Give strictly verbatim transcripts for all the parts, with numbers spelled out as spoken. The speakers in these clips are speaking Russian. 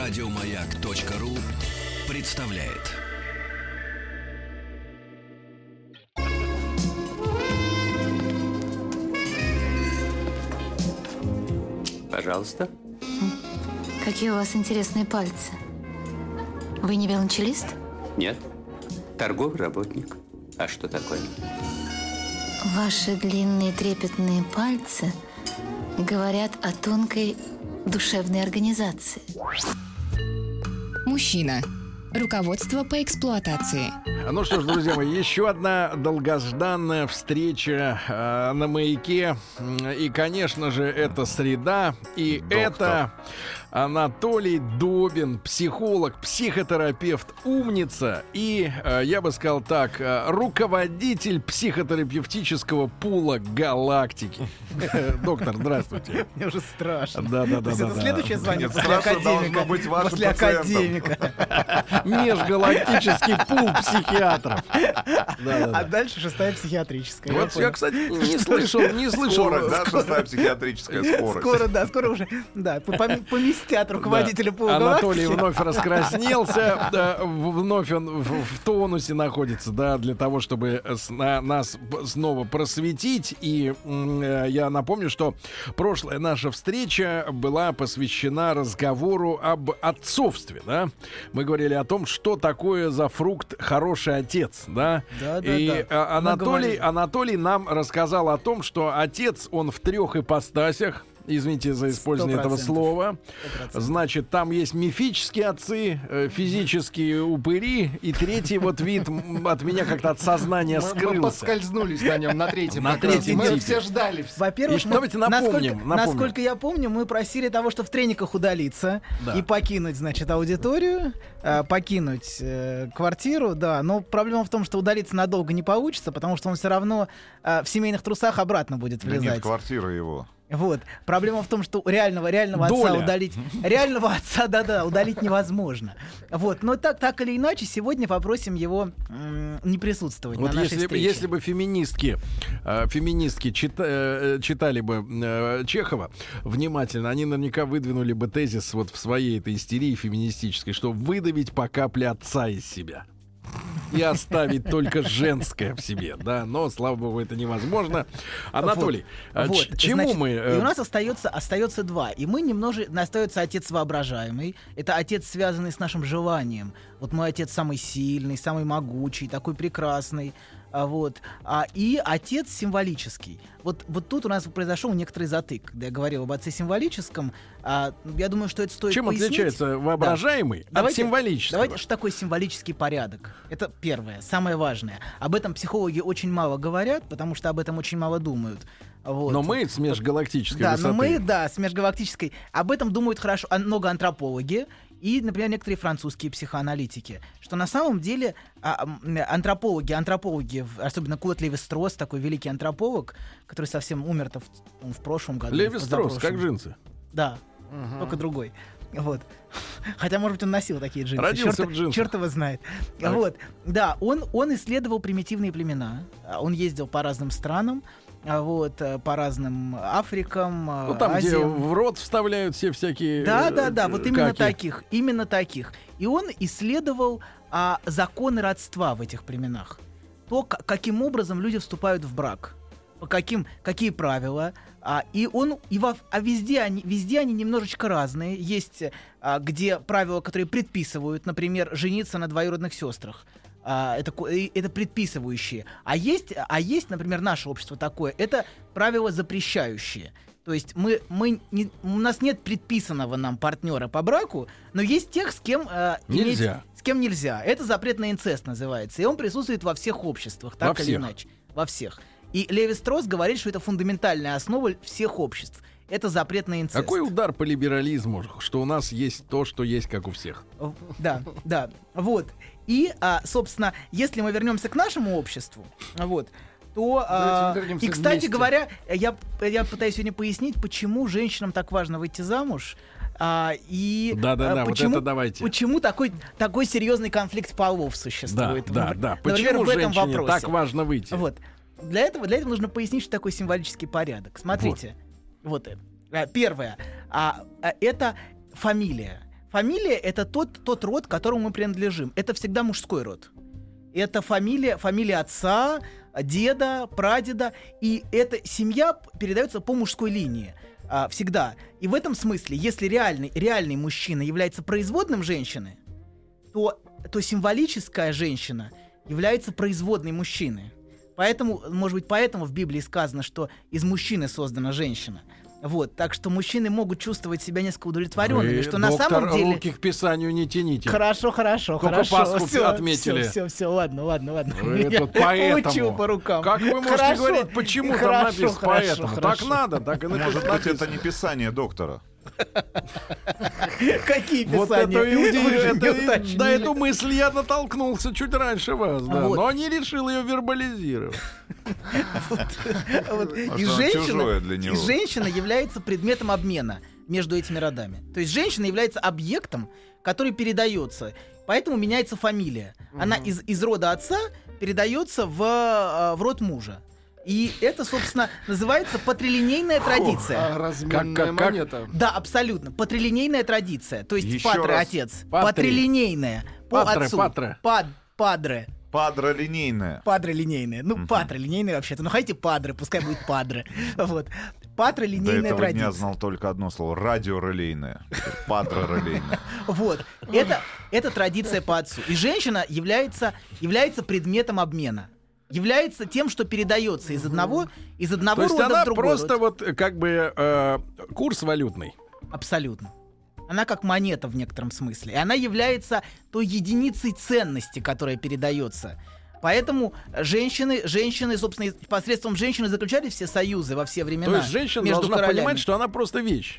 Радиомаяк.ру представляет. Пожалуйста. Какие у вас интересные пальцы. Вы не велончелист? Нет. Торговый работник. А что такое? Ваши длинные трепетные пальцы говорят о тонкой душевной организации. Мужчина. Руководство по эксплуатации. Ну что ж, друзья мои, еще одна долгожданная встреча э, на Маяке. И, конечно же, это среда. И Доктор. это Анатолий Добин, психолог, психотерапевт, умница. И, э, я бы сказал так, э, руководитель психотерапевтического пула галактики. Доктор, здравствуйте. Мне уже страшно. Да-да-да. Это следующее звание после академика. После академика. Межгалактический пул психиатров. А дальше шестая психиатрическая. Вот я, кстати, не слышал, не слышал. Скоро, да, шестая психиатрическая скорость. Скоро, да, скоро уже, да, поместят руководителя пула галактики. Анатолий вновь раскраснелся, вновь он в тонусе находится, да, для того, чтобы нас снова просветить. И я напомню, что прошлая наша встреча была посвящена разговору об отцовстве, да. Мы говорили о том, что такое за фрукт хороший отец, да? Да, да, и да. Анатолий, Анатолий нам рассказал о том, что отец, он в трех ипостасях. Извините за использование этого слова. сто процентов. Значит, там есть мифические отцы, физические упыри, и третий вот вид от меня как-то от сознания скрылся. Мы, мы поскользнулись на нем, на третьем. На третьем мы типе. все ждали. Во-первых, И мы, давайте напомним, насколько, напомним. насколько я помню, мы просили того, что в трениках удалиться, да, и покинуть, значит, аудиторию, э, покинуть э, квартиру, да. Но проблема в том, что удалиться надолго не получится, потому что он все равно э, в семейных трусах обратно будет влезать. Да нет, квартира его. Вот. Проблема в том, что реального, реального отца Доля. удалить... Реального отца, да-да, удалить невозможно. Вот. Но так, так или иначе, сегодня попросим его м- не присутствовать Вот на нашей если, встрече. если бы феминистки, э, феминистки чита, э, читали бы э, Чехова внимательно, они наверняка выдвинули бы тезис вот в своей этой истерии феминистической, что выдавить по капле отца из себя и оставить только женское в себе, да, но, слава богу, это невозможно. Анатолий, вот, а вот, ч- чему значит, мы... И у нас остается, остается два. И мы немножко... Остается отец воображаемый. Это отец, связанный с нашим желанием. Вот мой отец самый сильный, самый могучий, такой прекрасный. А, вот. а, и отец символический. Вот, вот тут у нас произошел некоторый затык. Когда я говорил об отце символическом, а, я думаю, что это стоит Чем пояснить. отличается воображаемый Да. от Давайте, символического? Давайте, что такое символический порядок? Это первое, самое важное. Об этом психологи очень мало говорят, потому что об этом очень мало думают. Вот. Но мы с межгалактической Да, высоты. но мы, да, с межгалактической. Об этом думают хорошо а, много антропологи и, например, некоторые французские психоаналитики, что на самом деле а, антропологи, антропологи, особенно Клод Леви-Стросс, такой великий антрополог, который совсем умер-то в, в прошлом году. Леви-Стросс, как джинсы. Да, угу. Только другой. Вот. Хотя, может быть, он носил такие джинсы. Родился Черт, в джинсах. черт его знает. Так. Вот. Да, он, он исследовал примитивные племена. Он ездил по разным странам. Вот, по разным Африкам, Ну, там, Азиям. где в рот вставляют все всякие... Да, э, да, да, вот именно каки. таких, именно таких. И он исследовал а, законы родства в этих племенах. То, к- каким образом люди вступают в брак. По каким, какие правила. А, и он, и во, а везде они, везде они немножечко разные. Есть, а, где правила, которые предписывают, например, жениться на двоюродных сестрах. А, это, это предписывающие. А есть, а есть, например, наше общество такое, это правила запрещающие. То есть мы, мы не, у нас нет предписанного нам партнера по браку, но есть тех, с кем э, Нельзя. иметь, с кем нельзя. Это запрет на инцест называется. И он присутствует во всех обществах, так Во или всех. иначе. Во всех. И Леви-Стросс говорит, что это фундаментальная основа всех обществ. Это запрет на инцест. Какой удар по либерализму, что у нас есть то, что есть, как у всех. Да, да, вот. И, а, собственно, если мы вернемся к нашему обществу, вот, то... А, и, кстати вместе. говоря, я, я пытаюсь сегодня пояснить, почему женщинам так важно выйти замуж. А, и Да-да-да, а, вот почему, это давайте. почему такой, такой серьезный конфликт полов существует. Да, да, Например, да. Почему в этом женщине вопросе. так важно выйти? Вот. Для этого, для этого нужно пояснить, что такое символический порядок. Смотрите, вот, вот это. Первое. А, а, это фамилия. Фамилия — это тот, тот род, к которому мы принадлежим. Это всегда мужской род. Это фамилия, фамилия отца, деда, прадеда. И эта семья передается по мужской линии. А, всегда. И в этом смысле, если реальный, реальный мужчина является производным женщины, то, то символическая женщина является производной мужчины. Поэтому, может быть, поэтому в Библии сказано, что из мужчины создана женщина. Вот, так что мужчины могут чувствовать себя несколько удовлетворенными, Вы, что на самом деле... руки к писанию не тяните. Хорошо, хорошо, Только хорошо. Пасху Всё, отметили. Все, все, все, ладно, ладно, ладно. Вы Я тут поэтому. получил по рукам. Как вы можете Хорошо, говорить, почему хорошо, там написано хорошо, поэтому? хорошо. Так надо, так и Может быть, написано. это не писание доктора. Какие Вот писания? это и Вы же уди- не это и- уточнили. на эту мысль я натолкнулся чуть раньше вас, да, Вот. но не решил ее вербализировать. Вот. Может, И оно женщина, чужое для и него. женщина является предметом обмена между этими родами. То есть женщина является объектом, который передается. Поэтому меняется фамилия. Она из, из рода отца передается в, э, в род мужа. И это, собственно, называется патрилинейная традиция. А, разменная Как- как- как? монета. Да, абсолютно. Патрилинейная традиция. То есть Еще патре раз. отец. Патри. Патрилинейная. По Патре, отцу. патре. Пад, падре. Падролинейная. Падре-линейная. Ну, патре-линейная вообще-то. Ну, хотите падре, пускай будет падре. Вот. До Патре-линейная этого дня традиция. знал только одно слово. Радиорелейная. Падрорелейная. Вот. Это, это традиция по отцу. И женщина является, является предметом обмена. Является тем, что передается из одного, из одного То есть рода она в другой просто род. вот как бы э, курс валютный. Абсолютно. Она как монета в некотором смысле. И она является той единицей ценности, которая передается. Поэтому женщины, женщины, собственно, и посредством женщины заключали все союзы во все времена. То есть женщина между должна королями. понимать, что она просто вещь.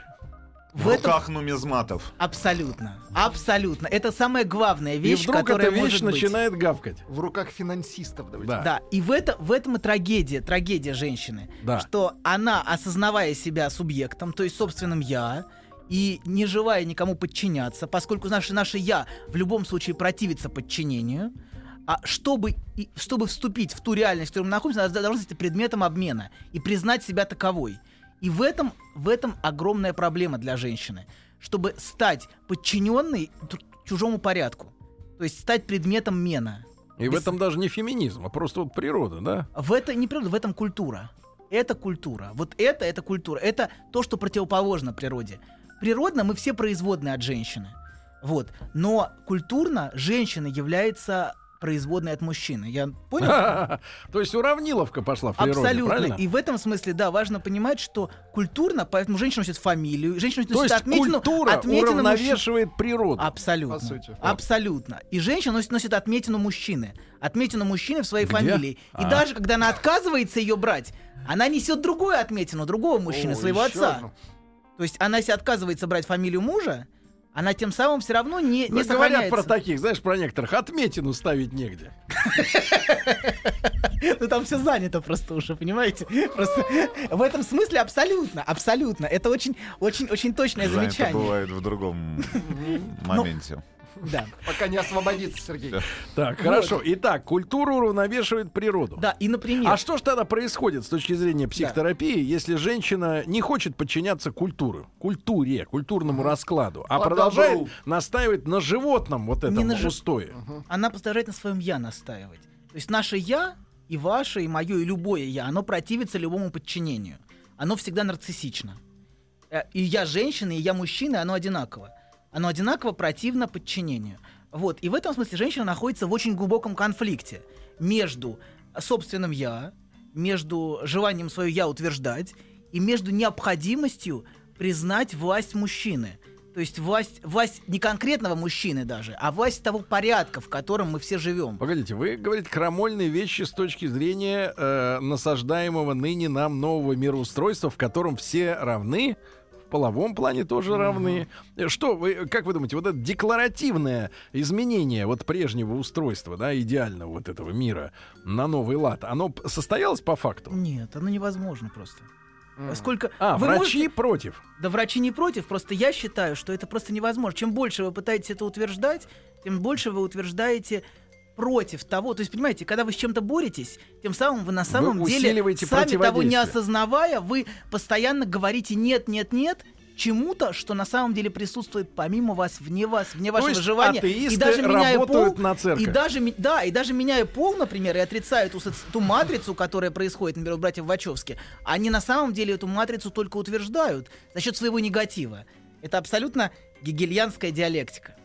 В В этом- руках нумизматов. Абсолютно. Абсолютно. Это самая главная И вещь, вдруг которая эта вещь может быть. начинает гавкать. В руках финансистов. Давайте. Да. Да, и в, это, в этом и трагедия, трагедия женщины. Да. Что она, осознавая себя субъектом, то есть собственным «я», и не желая никому подчиняться, поскольку наше, наше «я» в любом случае противится подчинению, а чтобы, и, чтобы вступить в ту реальность, в которой мы находимся, она должна стать предметом обмена и признать себя таковой. И в этом, в этом огромная проблема для женщины. Чтобы стать подчиненной т- чужому порядку. То есть стать предметом мена. И в Без- этом даже не феминизм, а просто вот природа, да? В это не природа, в этом культура. Это культура. Вот это, это культура. Это то, что противоположно природе. Природно мы все производные от женщины. Вот. Но культурно женщина является производной от мужчины. Я понял? То есть уравниловка пошла в природе, Абсолютно. правильно? И в этом смысле, да, важно понимать, что культурно, поэтому женщина носит фамилию, женщина То носит есть отметину, культура отметину мужчины. уравновешивает природу. Абсолютно. По сути. Абсолютно. И женщина носит, носит отметину мужчины. Отметину мужчины в своей Где? фамилии. И А. даже когда она отказывается ее брать, она несет другую отметину, другого мужчины, О, своего еще отца. одну. То есть она, если отказывается брать фамилию мужа, она тем самым все равно не, Ну, не говорят сохраняется. про таких, знаешь, про некоторых, отметину ставить негде. Ну там все занято просто уже, понимаете? Просто в этом смысле абсолютно, абсолютно. Это очень, очень, очень точное Занято замечание. бывает в другом моменте. Да. Пока не освободится, Сергей. Да. Так, хорошо. Итак, культура уравновешивает природу. Да, и например. А что же тогда происходит с точки зрения психотерапии, если женщина не хочет подчиняться культуре, культуре, культурному раскладу, а По продолжает добру. настаивать на животном вот этом Не на жи- устое? Она постарается на своем «я» настаивать. То есть наше «я», и ваше, и мое, и любое «я», оно противится любому подчинению. Оно всегда нарциссично. Э, И я женщина, и я мужчина, оно одинаково. Оно одинаково противно подчинению. Вот. И в этом смысле женщина находится в очень глубоком конфликте между собственным «я», между желанием свое «я» утверждать, и между необходимостью признать власть мужчины. То есть власть, власть не конкретного мужчины даже, а власть того порядка, в котором мы все живем. Погодите, вы говорите крамольные вещи с точки зрения э, насаждаемого ныне нам нового мироустройства, в котором все равны, в половом плане тоже равны. Что вы, как вы думаете, вот это декларативное изменение вот прежнего устройства, да, идеального вот этого мира на новый лад, оно п- состоялось по факту? Нет, оно невозможно просто. Сколько А, вы врачи можете- против. Да врачи не против, просто я считаю, что это просто невозможно. Чем больше вы пытаетесь это утверждать, тем больше вы утверждаете против того. То есть, понимаете, когда вы с чем-то боретесь, тем самым вы на самом деле, усиливаете сами того не противодействие. осознавая, вы постоянно говорите «нет, нет, нет», чему-то, что на самом деле присутствует помимо вас, вне вас, вне вашего есть желания. атеисты И даже меняя работают пол, на церковь. и даже, ми- да, и даже меняя пол, например, и отрицая ту, соци- ту матрицу, которая происходит, например, у братьев Вачовски, они на самом деле эту матрицу только утверждают за счет своего негатива. Это абсолютно гегельянская диалектика.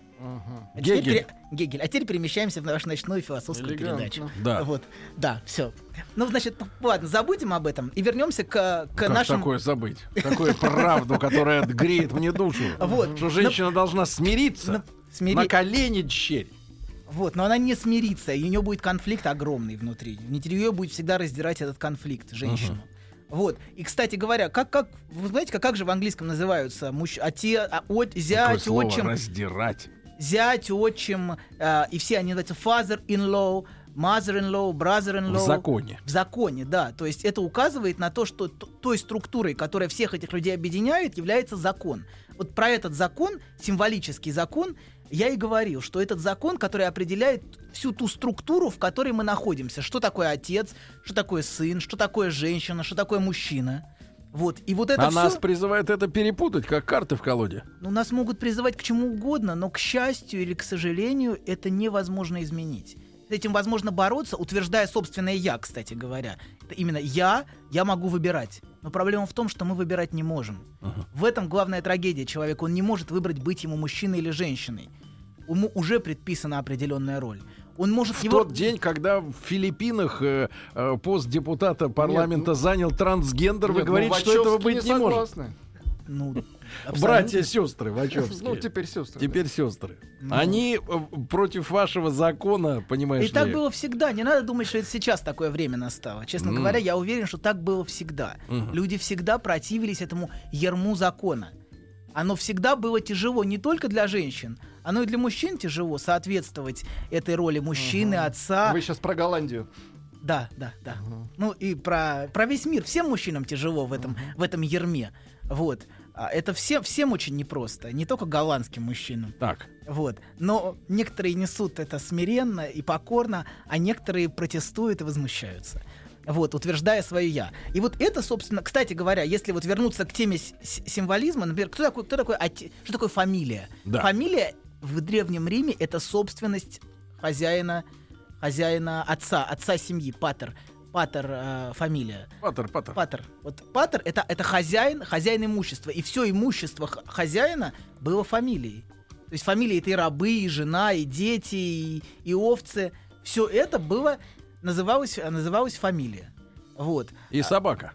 А теперь Гегель. пере- Гегель. А теперь перемещаемся в нашу ночную философскую Элегантно. передачу. Да. Вот. Да, все. Ну, значит, ну, ладно, забудем об этом и вернемся к, к Как нашим... такое забыть? Такую правду, которая греет мне душу. Вот. Что женщина должна смириться, На- смири- на колени черь. Вот, но она не смирится, и у нее будет конфликт огромный внутри. Внутри ее будет всегда раздирать этот конфликт, женщину. Вот. И, кстати говоря, как, как, вы знаете, как, как же в английском называются муж, оте, а, от, Такое зять, слово отчим, раздирать. зять, отчим, э, и все они называются father-in-law, mother-in-law, brother-in-law. В законе. В законе, да. То есть это указывает на то, что т- той структурой, которая всех этих людей объединяет, является закон. Вот про этот закон, символический закон, я и говорил, что этот закон, который определяет всю ту структуру, в которой мы находимся. Что такое отец, что такое сын, что такое женщина, что такое мужчина. Вот. И вот это А всё... нас призывает это перепутать, как карты в колоде. Ну, нас могут призывать к чему угодно, но, к счастью или к сожалению, это невозможно изменить. С этим возможно бороться, утверждая собственное «я», кстати говоря. Это именно «я», я могу выбирать. Но проблема в том, что мы выбирать не можем. Uh-huh. В этом главная трагедия человека. Он не может выбрать, быть ему мужчиной или женщиной. Ему уже предписана определенная роль. Он может В его... тот день, когда в Филиппинах э, э, пост депутата парламента Нет, ну- занял трансгендер, вы Нет, ну, говорите, что этого Вачовски быть не, не может. согласны. Ну, Братья, сестры, Вачовские. Ну, теперь сестры. Теперь сестры. Ну. Они э, против вашего закона, понимаешь И ли? так было всегда. Не надо думать, что это сейчас такое время настало. Честно М. говоря, я уверен, что так было всегда. Мгм. Люди всегда противились этому ярму закона. Оно всегда было тяжело не только для женщин, оно и для мужчин тяжело соответствовать этой роли мужчины, отца. Вы сейчас про Голландию. Да, да, да. Ну и про, про весь мир. Всем мужчинам тяжело в этом, в этом ярме. Вот. А это все, всем очень непросто. Не только голландским мужчинам. Так. Вот. Но некоторые несут это смиренно и покорно, а некоторые протестуют и возмущаются. Вот, утверждая свое «я». И вот это, собственно, кстати говоря, если вот вернуться к теме с- с- символизма, например, кто такой, кто такой оте- что такое фамилия? Да. Фамилия в Древнем Риме — это собственность хозяина, хозяина отца, отца семьи, патер. Патер э, фамилия. Патер, патер. Патер. Вот патер — это, это хозяин, хозяин имущества. И все имущество х- хозяина было фамилией. То есть фамилия — это и рабы, и жена, и дети, и, и овцы. Все это было, называлось, называлось фамилия. Вот. И собака.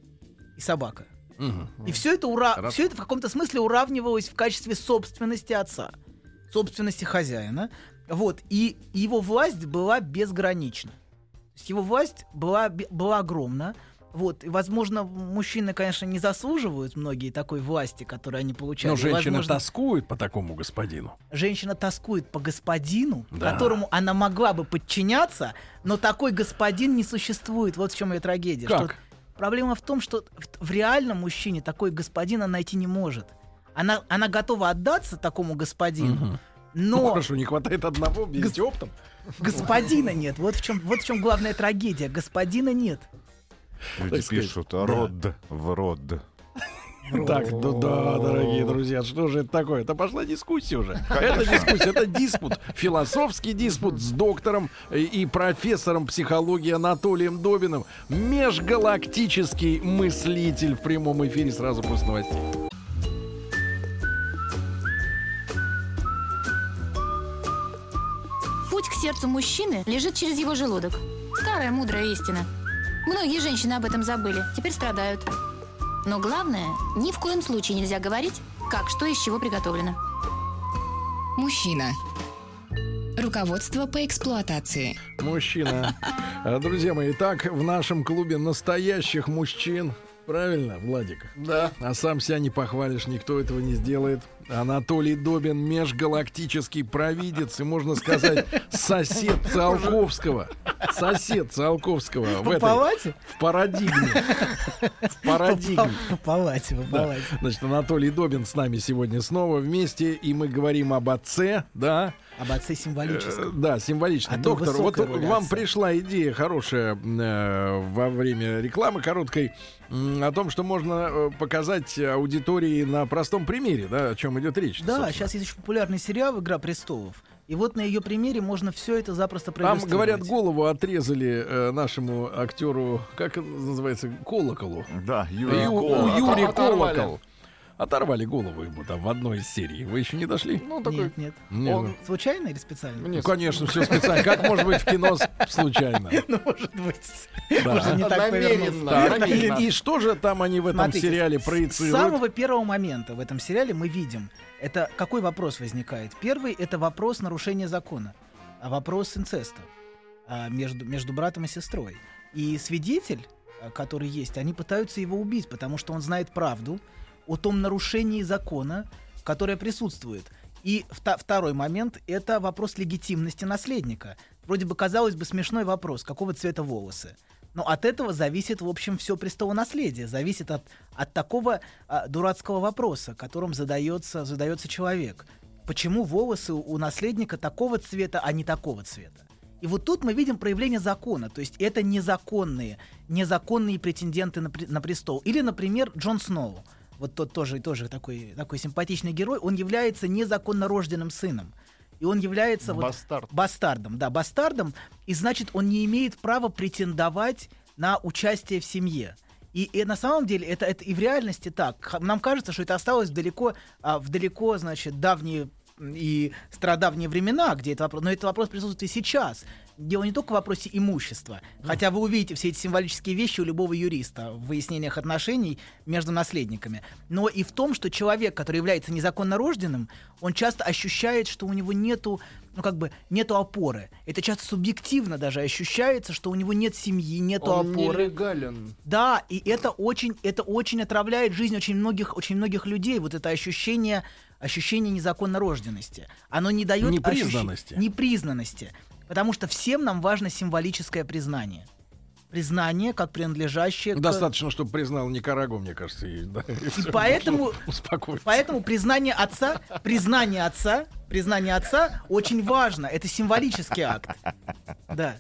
И собака. Мгм. И все это, ура... Хорошо. все это в каком-то смысле уравнивалось в качестве собственности отца, собственности хозяина. Вот. И его власть была безгранична. То есть его власть была, бе- была огромна. Вот. И, возможно, мужчины, конечно, не заслуживают многие такой власти, которую они получали. Но И, женщина возможно, тоскует по такому господину. женщина тоскует по господину, Да. которому она могла бы подчиняться, но такой господин не существует. Вот в чем ее трагедия. Как? Что проблема в том, что в, в реальном мужчине такой господин она найти не может. Она, она готова отдаться такому господину, Мгм. Ну но хорошо, не хватает одного, берите оптом. господина нет. Вот в чем, вот в чем главная трагедия. Господина нет. Люди Так сказать, пишут да. род в род. Так, да, да, дорогие друзья, что же это такое? Это пошла дискуссия уже. Это дискуссия, это диспут, философский диспут с доктором и и профессором психологии Анатолием Добиным. Межгалактический мыслитель в прямом эфире сразу после новостей. Путь к сердцу мужчины лежит через его желудок. Старая мудрая истина. Многие женщины об этом забыли, теперь страдают. Но главное, ни в коем случае нельзя говорить, как что из чего приготовлено. Мужчина. Руководство по эксплуатации. Мужчина. А, Друзья мои, итак, в нашем клубе настоящих мужчин. Правильно, Владик? Да. А сам себя не похвалишь, никто этого не сделает. Анатолий Добин — межгалактический провидец и, можно сказать, сосед Циолковского. Сосед Циолковского в По этой, палате? в парадигме. В парадигме. По палате, по Да. палате. Значит, Анатолий Добин с нами сегодня снова вместе, и мы говорим об отце, да. Об отце Э, символическом. Да, символично. А то Доктор, вот высокая роль вам отца. пришла идея хорошая э, во время рекламы короткой м, о том, что можно э, показать аудитории на простом примере, да, о чем идет речь. Да, собственно. сейчас есть очень популярный сериал «Игра престолов». И вот на ее примере можно все это запросто Там, проиллюстрировать. говорят, голову отрезали э, нашему актеру, как это называется, Колоколу. Да, Юрий Ю- Колокол. Юрий Оторвали. Колокол. Оторвали голову ему там в одной из серий. Вы еще не дошли? Ну, такой... Нет, нет. Не, Он- ну, Случайно или специально? ну, конечно, все специально. Как может быть в кино с- случайно? Ну, может быть. Да. Может, не так Намеренно. повернулся. Так, Намеренно. и, и что же там они в этом Смотрите, сериале с- проецируют? С самого первого момента в этом сериале мы видим, это какой вопрос возникает. Первый — это вопрос нарушения закона, а вопрос инцеста а, между, между братом и сестрой. И свидетель, а, который есть, они пытаются его убить, потому что он знает правду о том нарушении закона, которое присутствует. И вта- второй момент — это вопрос легитимности наследника. Вроде бы, казалось бы, смешной вопрос, какого цвета волосы. Но от этого зависит, в общем, все престолонаследие. Зависит от, от такого а, дурацкого вопроса, которым задается, задается человек. Почему волосы у, у наследника такого цвета, а не такого цвета? И вот тут мы видим проявление закона. То есть это незаконные, незаконные претенденты на, пре- на престол. Или, например, Джон Сноу. Вот тот тоже, тоже такой, такой симпатичный герой. Он является незаконно рожденным сыном. И он является вот Бастард. бастардом, да, бастардом, и значит, он не имеет права претендовать на участие в семье. И, и на самом деле это, это и в реальности так. Х- Нам кажется, что это осталось далеко, а, в далеко, значит, давние м, и страдавние времена, где это вопрос, но этот вопрос присутствует и сейчас. Дело не только в вопросе имущества, хотя вы увидите все эти символические вещи у любого юриста в выяснениях отношений между наследниками, но и в том, что человек, который является незаконно рожденным, он часто ощущает, что у него нету, ну как бы нету опоры. Это часто субъективно даже ощущается, что у него нет семьи, нету Он опоры. нелегален. Да, и это очень, это очень отравляет жизнь очень многих, очень многих людей. Вот это ощущение, ощущение незаконно рожденности. Оно не дает Непризнанности. ощущ- непризнанности. Потому что всем нам важно символическое признание. Признание как принадлежащее к... Достаточно, чтобы признал Никарагу, мне кажется. И, да, и всё, поэтому- можно успокоиться. Поэтому признание отца, признание отца, признание отца очень важно. Это символический акт. Да.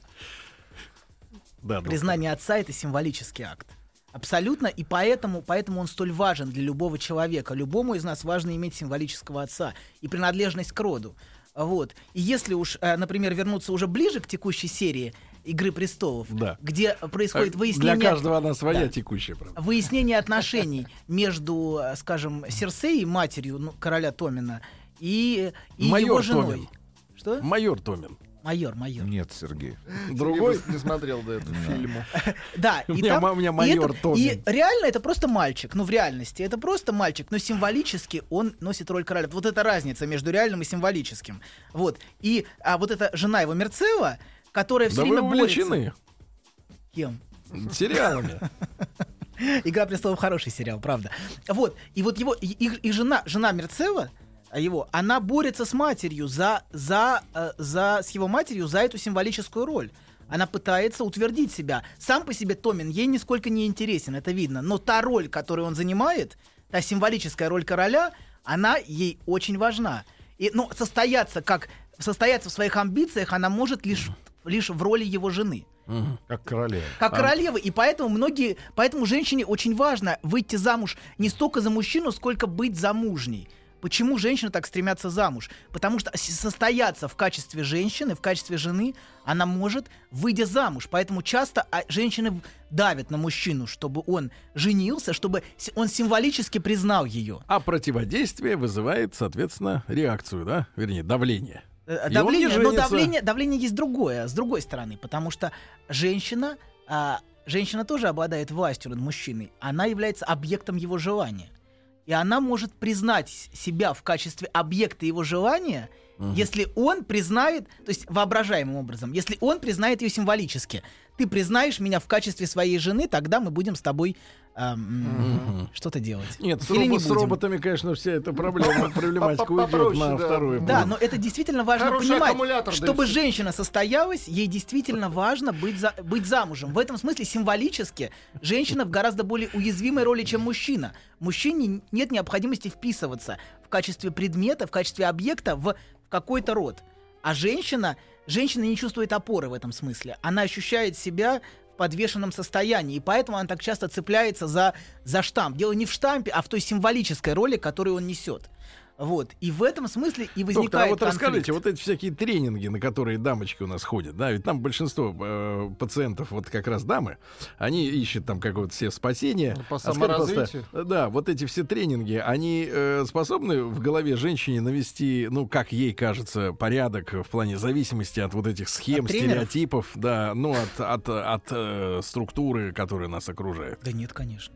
Да, доктор. Признание отца — это символический акт. Абсолютно, и поэтому, поэтому он столь важен для любого человека. Любому из нас важно иметь символического отца и принадлежность к роду. Вот. И если уж, э, например, вернуться уже ближе к текущей серии «Игры престолов», Да. где происходит Для выяснение... каждого она своя Да. текущая, правда. Выяснение отношений между, э, скажем, Серсеей, матерью ну, короля Томина, и, и Майор его женой. Томин. Что? Майор Томин. Майор, майор. Нет, Сергей. Другой. Я просто не смотрел до этого фильма. Да, У и меня там- ма- у меня и майор это- Томин. И реально это просто мальчик. Ну, в реальности это просто мальчик, но символически он носит роль короля. Вот это разница между реальным и символическим. Вот. И а вот эта жена его Мерцева, которая все Да вы время борется... увлечены Кем? сериалами. «Игра престолов» хороший сериал, правда. Вот. И вот его... И, и- и жена, жена Мерцева, а его, она борется с матерью за, за, э, за, с его матерью за эту символическую роль. Она пытается утвердить себя. Сам по себе Томин ей нисколько не интересен, это видно. Но та роль, которую он занимает, та символическая роль короля, она ей очень важна. И, ну, состояться, как, состояться в своих амбициях она может лишь, лишь в роли его жены. Как королева. Как королева, и поэтому многие, поэтому женщине очень важно выйти замуж не столько за мужчину, сколько быть замужней. Почему женщины так стремятся замуж? Потому что с- состояться в качестве женщины, в качестве жены, она может, выйдя замуж. Поэтому часто а, женщины давят на мужчину, чтобы он женился, чтобы с- он символически признал ее. А противодействие вызывает, соответственно, реакцию, да? Вернее, давление. Э, И он Давление, не но женится. давление, давление есть другое, с другой стороны, потому что женщина, а, женщина тоже обладает властью над мужчиной, она является объектом его желания. И она может признать с- себя в качестве объекта его желания, если он признает, то есть воображаемым образом, если он признает ее символически. ты признаешь меня в качестве своей жены, тогда мы будем с тобой эм, mm-hmm. что-то делать. Нет, с, Или роб- не с будем. роботами, конечно, вся эта проблема, проблематика уйдет на вторую. Да, но это действительно важно Хороший понимать, аккумулятор, да чтобы и всё. женщина состоялась, ей действительно важно быть, за, быть замужем. В этом смысле символически женщина в гораздо более уязвимой роли, чем мужчина. Мужчине нет необходимости вписываться в качестве предмета, в качестве объекта в, в какой-то род. А женщина, женщина не чувствует опоры в этом смысле. Она ощущает себя в подвешенном состоянии, и поэтому она так часто цепляется за, за штамп. Дело не в штампе, а в той символической роли, которую он несет. Вот. И в этом смысле и возникает Доктор, а вот конфликт. расскажите, вот эти всякие тренинги, на которые дамочки у нас ходят, да, ведь там большинство э, пациентов, вот как раз дамы, они ищут там какое-то себе спасение. Ну, по А скажите, саморазвитию. просто, да, вот эти все тренинги, они э, способны в голове женщине навести, ну, как ей кажется, порядок в плане зависимости от вот этих схем, От тренеров? стереотипов, да, ну, от, от, от э, структуры, которая нас окружает. Да нет, конечно.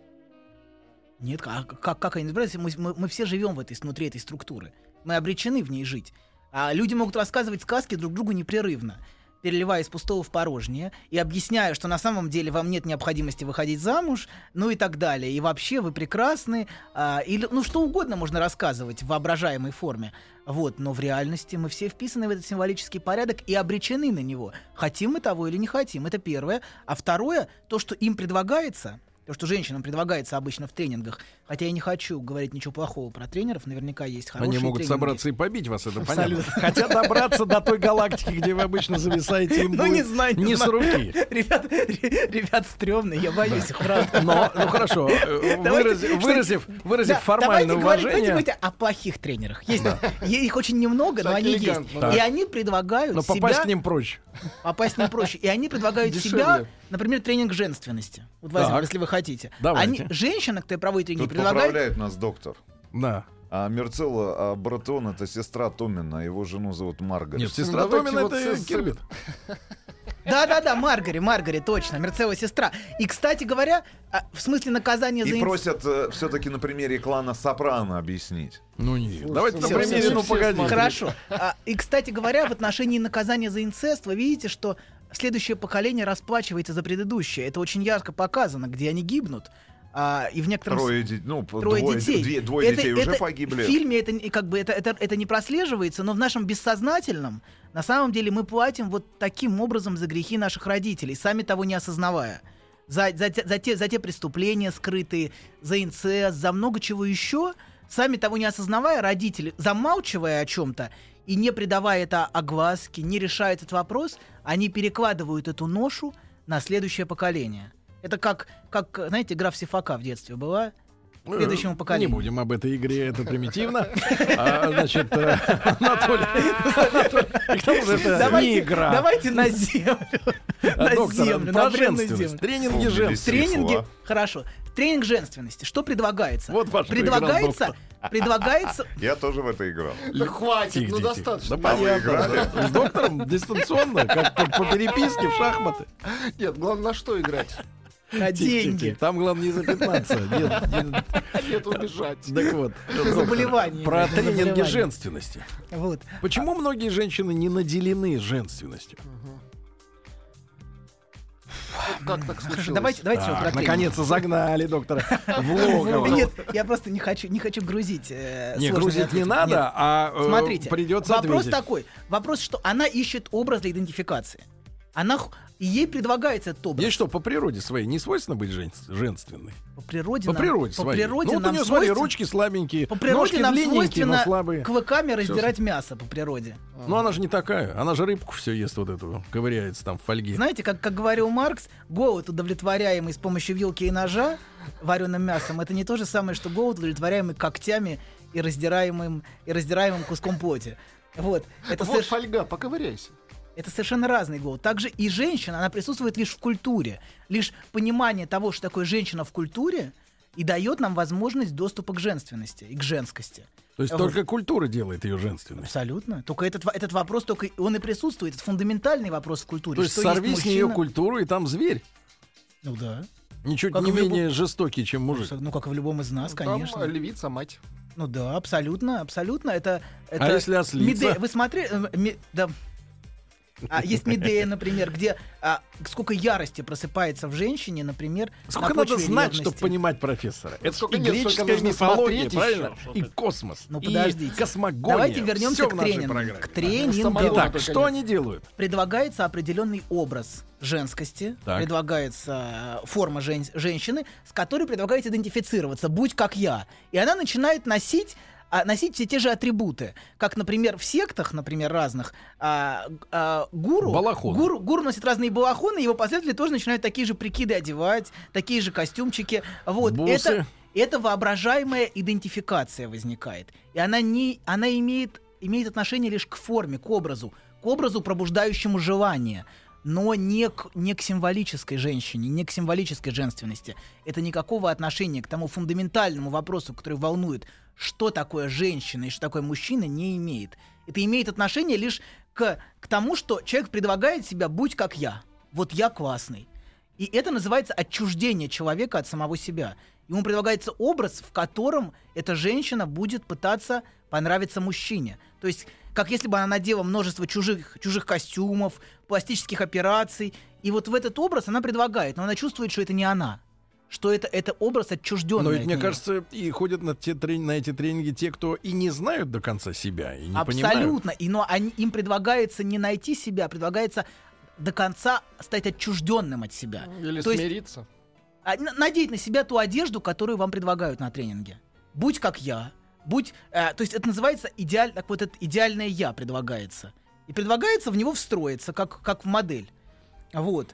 Нет, а как, как они разбираются? Мы, мы, мы все живем в этой, внутри этой структуры. Мы обречены в ней жить. А люди могут рассказывать сказки друг другу непрерывно, переливая из пустого в порожнее и объясняя, что на самом деле вам нет необходимости выходить замуж, ну и так далее. И вообще вы прекрасны. А, или, ну что угодно можно рассказывать в воображаемой форме. Вот, но в реальности мы все вписаны в этот символический порядок и обречены на него. Хотим мы того или не хотим. Это первое. А второе, то, что им предлагается... То, что женщинам предлагается обычно в тренингах, хотя я не хочу говорить ничего плохого про тренеров, наверняка есть хорошие Они могут тренинги. собраться и побить вас, это Абсолютно. понятно. Хотят добраться до той галактики, где вы обычно зависаете, им Ну, не будет знаю, не не с знаю. руки. Ребят, ре- ребят стрёмные, я боюсь их, правда. Но, ну хорошо, э, Давайте, выразив, что- выразив, выразив Да, формальное давайте говорить, уважение. давайте говорить о плохих тренерах. Есть, е- их очень немного, но Так они есть. элегантно, да. И они предлагают Но попасть себя... к ним проще. Попасть к ним проще. И они предлагают Дешевле. себя, например, тренинг женственности. Вот возьмем, Так. если вы хотите. Давайте. Они, женщина, кто проводит тренинг, Тут предлагает... поправляет нас доктор. Да. А Мерцелла, а Братон — это сестра Томина, его жену зовут Маргарет. Нет, сестра Ну, давайте Томина вот это с- с- Кирбит. Да-да-да, Маргари, Маргари, точно, Мерцелла сестра. И, кстати говоря, а, в смысле наказания за... И инц- просят э, все-таки на примере клана Сопрано объяснить. Ну нет. Давайте на всё, примере, всё, ну всё погоди. смотрят. Хорошо. А, и, кстати говоря, в отношении наказания за инцест, вы видите, что следующее поколение расплачивается за предыдущее. Это очень ярко показано, где они гибнут. А, и в некотором... с- Трое, де- ну, Трое двое, детей. две- двое Это- детей это уже погибли. В фильме это, не- как бы, это, это, это не прослеживается, но в нашем бессознательном, на самом деле, мы платим вот таким образом за грехи наших родителей, сами того не осознавая. За, за, те- за, те, за те преступления скрытые, за инцест, за много чего еще, сами того не осознавая, родители, замалчивая о чем-то и не придавая это огласке, не решая этот вопрос, они перекладывают эту ношу на следующее поколение. Это как, как, знаете, игра в сифака в детстве была. Следующему Э, поколению. Не будем об этой игре, это примитивно. А, значит, э, Анатолий, Анатолий, к тому же это не Давайте, игра. давайте на землю. А, На доктор, землю, про на бренную женственность. землю. Тренинги Вспомнили женственности. Тренинги, Сифла. хорошо. Тренинг женственности. Что предлагается? Вот ваш предлагается, предлагается, Я тоже в это играл. Да хватит, Тихо, ну тихо. достаточно. Да А вы понятно. играли? да. С доктором дистанционно, как по по переписке в шахматы. Нет, главное, на что играть? на Тихо, тихо, деньги. тихо. Там главное не запятнаться. Нет, нет. Нет, убежать. Так вот, доктор, Заболевание. про Заболевание. тренинги женственности. Вот. Почему многие женщины не наделены женственностью? Вот как так Хорошо, случилось? давайте, давайте Так, про тренинг. наконец-то загнали доктора в логово. Нет, я просто не хочу, не хочу грузить. э, Не, сложными грузить не ответами. надо, Нет. а э, Смотрите, придется вопрос ответить. такой. Вопрос, что она ищет образ для идентификации. Она, х- и ей предлагается этот образ. Ей что, по природе своей не свойственно быть жен- женственной? По природе По нам, природе по своей. природе Ну вот у нам нее, смотри, свойственно- ручки слабенькие, По природе ножки нам длинненькие, но свойственно слабые. клыками раздирать мясо по природе. Но она же не такая. Она же рыбку все ест вот эту, ковыряется там в фольге. Знаете, как, как говорил Маркс, голод, удовлетворяемый с помощью вилки и ножа, вареным мясом, это не то же самое, что голод, удовлетворяемый когтями и раздираемым, и раздираемым куском плоти. Вот. Это, Вот соверш- фольга, поковыряйся. это совершенно разный голод. Также и женщина, она присутствует лишь в культуре. Лишь понимание того, что такое женщина в культуре, и дает нам возможность доступа к женственности и к женскости. То есть Вот. только культура делает ее женственной. Абсолютно. Только этот, во- этот вопрос, только он и присутствует. Это фундаментальный вопрос в культуре. То есть Что сорви есть с нее мужчина? культуру, и там зверь. Ну да. Ничуть Как не и в любом- менее жестокий, чем мужик. Ну, как и в любом из нас, Там конечно. э, львица, мать. Ну да, абсолютно, абсолютно. Это, это А если ослица? меде- Вы смотрели... э, ме- да. А, есть Медея, например, где а, сколько ярости просыпается в женщине, например, Сколько на надо почве знать, ревности. чтобы понимать профессора? Это сколько и нет, сколько греческая нужно мифология, смотреть правильно? еще, И чтобы- космос, Ну, и подождите. космогония. Давайте вернемся Всё к в нашей тренингу. программе. К тренингу. Самолёт. Итак, Только что нет. они делают? Предлагается определенный образ женскости, Так. предлагается э, форма жен- женщины, с которой предлагается идентифицироваться, будь как я. И она начинает носить а, носить все те же атрибуты. Как, например, в сектах, например, разных, а, а, гуру, Балахоны. гуру, гуру носит разные балахоны, его последователи тоже начинают такие же прикиды одевать, такие же костюмчики. Вот. Бусы. Это, это воображаемая идентификация возникает. И она, не, она имеет, имеет отношение лишь к форме, к образу, к образу, пробуждающему желание, но не к, не к символической женщине, не к символической женственности. Это никакого отношения к тому фундаментальному вопросу, который волнует, что такое женщина и что такое мужчина, не имеет. Это имеет отношение лишь к, к тому, что человек предлагает себя «будь как я». Вот я классный. И это называется отчуждение человека от самого себя. Ему предлагается образ, в котором эта женщина будет пытаться понравиться мужчине. То есть, как если бы она надела множество чужих, чужих костюмов, пластических операций. И вот в этот образ она предлагает, но она чувствует, что это не она. Что это, это образ отчужденный. Но ведь, от мне неё. кажется, и ходят на, те трени- на эти тренинги те, кто и не знают до конца себя, и не понимают. Абсолютно. И, но они, им предлагается не найти себя, предлагается до конца стать отчужденным от себя. Или То есть, смириться. а, н- надеть на себя ту одежду, которую вам предлагают на тренинге. Будь как я. Будь, э, то есть это называется идеаль, так вот это идеальное я предлагается. И предлагается в него встроиться, как, как в модель. Вот.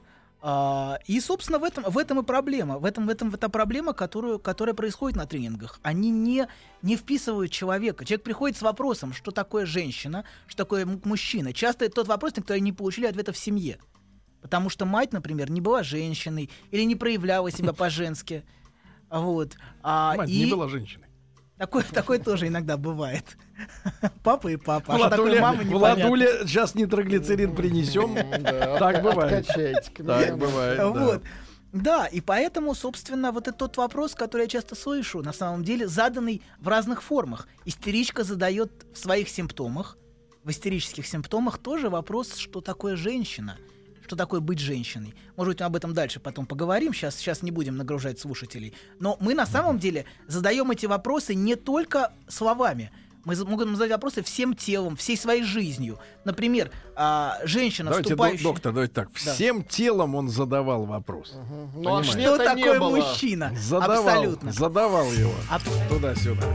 А, и, собственно, в этом, в этом и проблема. В этом, в этом это проблема, которую, которая происходит на тренингах. Они не, не вписывают человека. Человек приходит с вопросом, что такое женщина, что такое м- мужчина. Часто это тот вопрос, на который не получили ответа в семье. Потому что мать, например, не была женщиной или не проявляла себя по-женски. Вот. А, Мать и не была женщиной. Такое, такое тоже иногда бывает. Папа и папа. А что такое Владуля, мама, непонятно. Владуля, сейчас нитроглицерин принесем. Да, Так бывает. Откачайте к Так нам. бывает, да. Вот. Да, и поэтому, собственно, вот это тот вопрос, который я часто слышу, на самом деле, заданный в разных формах. Истеричка задает в своих симптомах, в истерических симптомах тоже вопрос, что такое женщина, что такое быть женщиной. Может быть, мы об этом дальше потом поговорим, сейчас, сейчас не будем нагружать слушателей. Но мы на самом деле задаем эти вопросы не только словами. Мы за- можем задать вопросы всем телом, всей своей жизнью. Например, а, женщина, Давайте, док- вступающая... доктор, давайте так. Да. Всем телом он задавал вопрос. Ну, а Понимаете? Что ответа не такое было. мужчина? Задавал, Абсолютно. задавал его. Аб- Туда-сюда.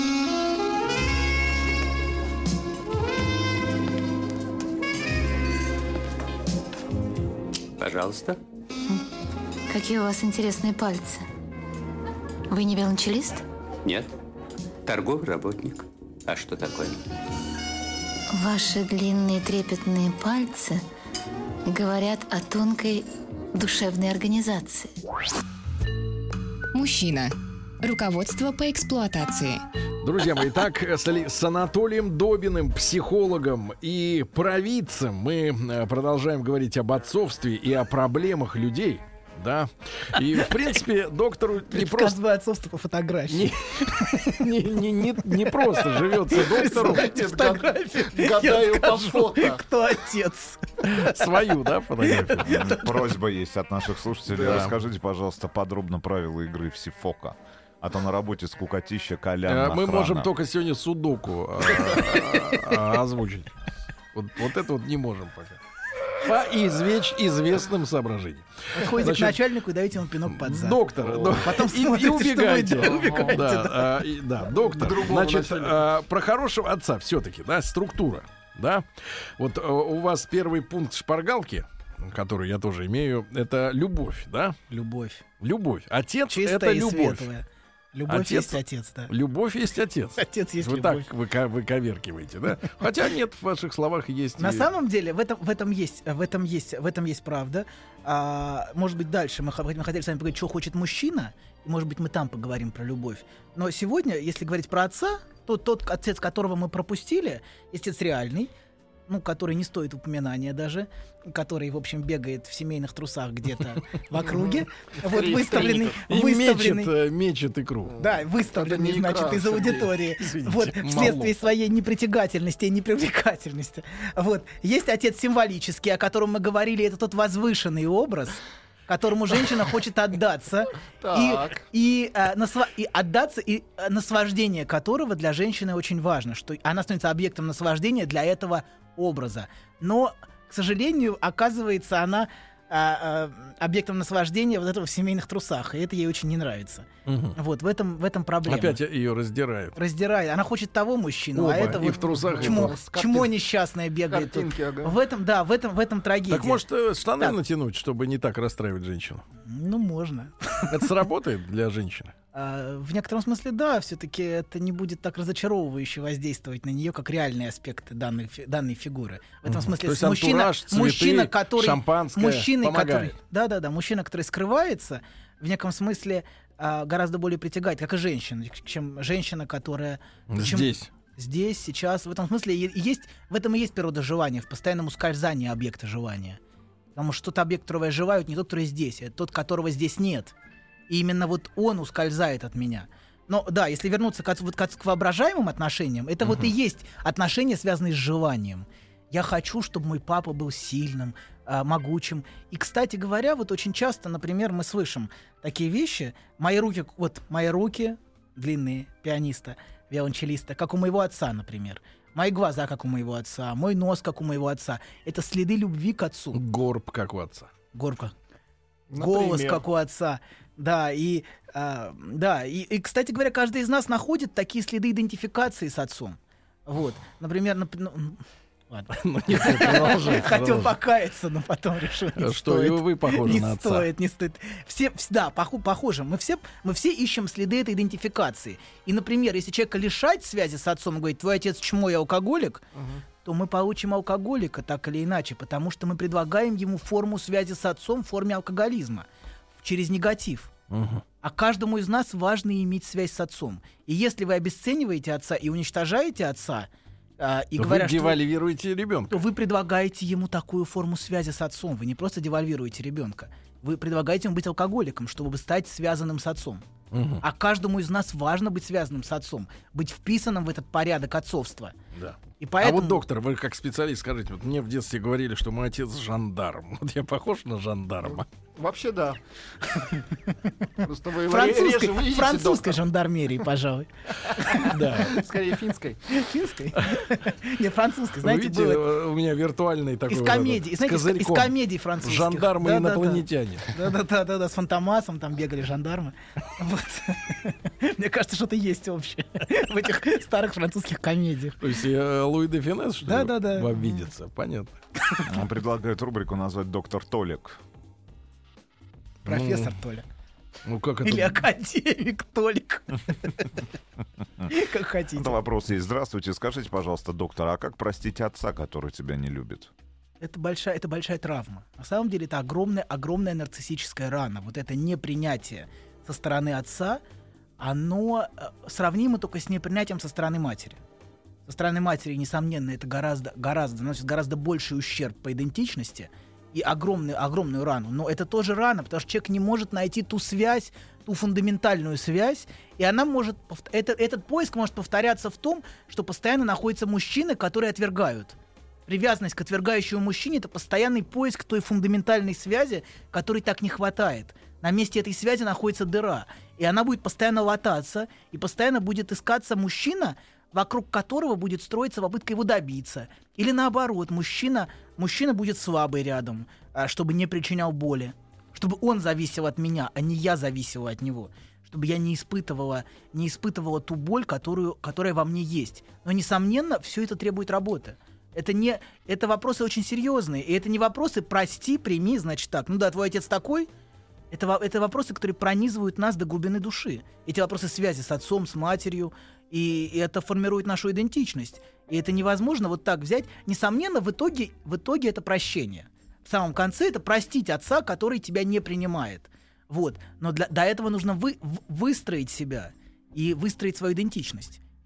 Пожалуйста. Какие у вас интересные пальцы. Вы не велончелист? Нет. Торговый работник. А что такое? Ваши длинные трепетные пальцы говорят о тонкой душевной организации. Мужчина. Руководство по эксплуатации. Друзья мои, итак, с, Али- с Анатолием Добиным, психологом и провидцем, мы э, продолжаем говорить об отцовстве и о проблемах людей. Да. И, в принципе, доктору не просто, Предсказываю отцовство по фотографии. не, не, не, не просто живется доктору Фотографию. Гадаю Я по скажу, фото. кто отец. свою, да, фотографию. Просьба есть от наших слушателей. Да. Расскажите, пожалуйста, подробно правила игры в Сифока. А то на работе скукотища, Э, Колян, Мы охрана. можем только сегодня судоку э, э, озвучить. Вот, вот это вот не можем пока. По извеч известным соображениям. Подходите к Значит, начальнику и даете ему пинок под зад. Доктор, до- Потом и, и смотрите, что убегайте. вы убегаете, Да, да. а, и- да, доктор. Другого Значит, начальника. а, про хорошего отца все-таки, да, структура, да. Вот а, у вас первый пункт шпаргалки, который я тоже имею, это любовь, да? Любовь. Любовь. Отец Чистая это и любовь. светлая. Любовь Отец- есть отец, да. Любовь есть отец. Отец есть Вы любовь. так выка- выковеркиваете, да? Хотя нет, в ваших словах есть. На и- самом деле в этом, в этом есть, в этом есть, в этом есть правда. А, может быть, дальше мы, х- мы хотели с вами поговорить, что хочет мужчина, и, может быть, мы там поговорим про любовь. Но сегодня, если говорить про отца, то тот отец, которого мы пропустили, есть отец реальный, ну, который не стоит упоминания даже, который, в общем, бегает в семейных трусах где-то в округе, вот выставленный, И выставленный, мечет, э, мечет икру. да, выставленный, Это не значит, икра, из Сергей. аудитории, Извините, вот, мало. вследствие своей непритягательности и непривлекательности. Вот, есть отец символический, о котором мы говорили, это тот возвышенный образ, которому женщина хочет отдаться, и, Так. и, э, насва- и отдаться, и э, наслаждение которого для женщины очень важно, что она становится объектом наслаждения для этого образа. Но, к сожалению, оказывается, она а, а, объектом наслаждения вот этого в семейных трусах, и это ей очень не нравится. Мгм. Вот в этом, в этом проблема. Опять ее раздирают. Раздирает. Она хочет того мужчину, Оба, а это и вот в трусах, и чмо, в- с чмо картин- несчастное бегает тут. Картинки, ага. В этом, да, в этом, в этом трагедия. Так может э, штаны Так. натянуть, чтобы не так расстраивать женщину? Ну, можно. Это сработает для женщины? А, в некотором смысле, да, все-таки это не будет так разочаровывающе воздействовать на нее, как реальные аспекты данной, фи- данной фигуры. В этом Мгм. смысле, То есть мужчина, антураж, цветы, мужчина, который, шампанское мужчина, который, помогает. да, да, да, мужчина, который скрывается, в неком смысле а, гораздо более притягательный, как и женщина, чем женщина, которая чем- Здесь. здесь, сейчас. В этом смысле и- и есть, в этом и есть природа желания, в постоянном ускользании объекта желания. Потому что тот объект, которого я желаю, это не тот, который здесь, это тот, которого здесь нет. И именно вот он ускользает от меня. Но да, если вернуться к, от- вот к, от- к воображаемым отношениям, это вот и есть отношения, связанные с желанием. Я хочу, чтобы мой папа был сильным, а, могучим. И, кстати говоря, вот очень часто, например, мы слышим такие вещи. Мои руки, вот мои руки длинные, пианиста, виолончелиста, как у моего отца, например. Мои глаза, как у моего отца, мой нос, как у моего отца. Это следы любви к отцу. Горб, как у отца. Горка. Например. Голос, как у отца. Да, и, а, да, и, и, кстати говоря, каждый из нас находит такие следы идентификации с отцом. Вот. Например, нап- ну, м, ладно. Ну, нет, продолжайте, Хотел продолжайте. покаяться, но потом решил, не Что и стоит. вы похожи Не на отца. стоит, не стоит. Все, вс- да, поху- похоже. Мы все, мы все ищем следы этой идентификации. И, например, если человека лишать связи с отцом и говорить, твой отец чмо, я алкоголик, то мы получим алкоголика так или иначе, потому что мы предлагаем ему форму связи с отцом в форме алкоголизма, через негатив. Мгм. А каждому из нас важно иметь связь с отцом. И если вы обесцениваете отца и уничтожаете отца, а, и То говоря, вы что... девальвируете ребенка. то вы предлагаете ему такую форму связи с отцом. Вы не просто девальвируете ребенка. Вы предлагаете ему быть алкоголиком, чтобы стать связанным с отцом. Мгм. А каждому из нас важно быть связанным с отцом, быть вписанным в этот порядок отцовства. Да. И поэтому... А вот, доктор, вы как специалист скажите, вот мне в детстве говорили, что мой отец жандарм. Вот я похож на жандарма? Вообще да. Просто вы его Французской, реже видите, французской доктор. жандармерии, пожалуй. Да. Скорее финской. Финской? Не, французской. Вы Знаете, видите, было... э, у меня виртуальный такой Из вот комедий, этот, знаете, с из, из козырьком. комедий французских. Жандармы Да-да-да. инопланетяне. Да-да-да, с Фантомасом там бегали жандармы. Вот. Мне кажется, что-то есть общее в этих старых французских комедиях. То есть э, Луи де Финес, что ли, Да-да-да. вам видится? Понятно. Он предлагает рубрику назвать «Доктор Толик». Профессор Толя. Ну как это? Или академик Толик. Как хотите. Это вопрос есть. Здравствуйте, скажите, пожалуйста, доктор, а как простить отца, который тебя не любит? Это большая, это большая травма. На самом деле это огромная, огромная нарциссическая рана. Вот это непринятие со стороны отца, оно э, сравнимо только с непринятием со стороны матери. Со стороны матери, несомненно, это гораздо, гораздо, наносит гораздо больший ущерб по идентичности и огромную, огромную рану. Но это тоже рана, потому что человек не может найти ту связь, ту фундаментальную связь, и она может, повт- это, этот поиск может повторяться в том, что постоянно находятся мужчины, которые отвергают. Привязанность к отвергающему мужчине — это постоянный поиск той фундаментальной связи, которой так не хватает. На месте этой связи находится дыра, и она будет постоянно лататься, и постоянно будет искаться мужчина, вокруг которого будет строиться попытка его добиться. Или наоборот, мужчина, мужчина будет слабый рядом, а, чтобы не причинял боли, чтобы он зависел от меня, а не я зависела от него, чтобы я не испытывала, не испытывала ту боль, которую, которая во мне есть. Но, несомненно, все это требует работы. Это, не, это вопросы очень серьезные, и это не вопросы «прости, прими», значит так, ну да, твой отец такой. Это, во- это вопросы, которые пронизывают нас до глубины души. Эти вопросы связи с отцом, с матерью, и, и это формирует нашу идентичность. И это невозможно вот так взять. Несомненно, в итоге, в итоге это прощение. В самом конце это простить отца, который тебя не принимает. Вот. Но для, до этого нужно вы, в- выстроить себя и выстроить свою идентичность.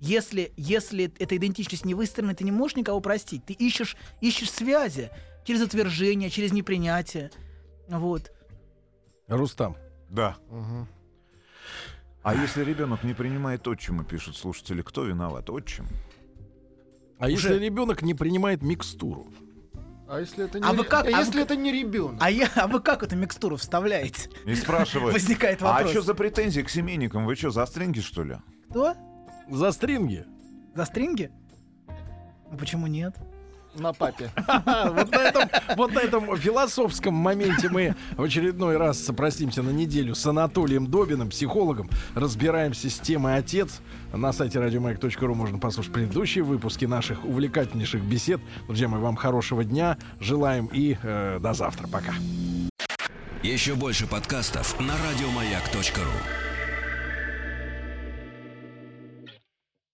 Если, если эта идентичность не выстроена, ты не можешь никого простить. Ты ищешь, ищешь связи через отвержение, через непринятие. Вот. Рустам. Да. Мгм. А если ребенок не принимает отчима, пишут слушатели, кто виноват? Отчим. А если ребенок не принимает микстуру? А если это не, А вы как- а а если вы- это не ребенок? А, я, а вы как эту микстуру вставляете? И спрашивают, Возникает а вопрос. что за претензии к семейникам? Вы что, за стринги, что ли? Кто? За стринги? За стринги? Ну почему нет? На папе. Вот на этом, вот на этом философском моменте мы в очередной раз сопростимся на неделю с Анатолием Добиным, психологом. Разбираемся с темой «Отец». На сайте радиомаяк точка ру можно послушать предыдущие выпуски наших увлекательнейших бесед. Друзья мои, вам хорошего дня. Желаем и э, до завтра. Пока. Еще больше подкастов на радиомаяк точка ру.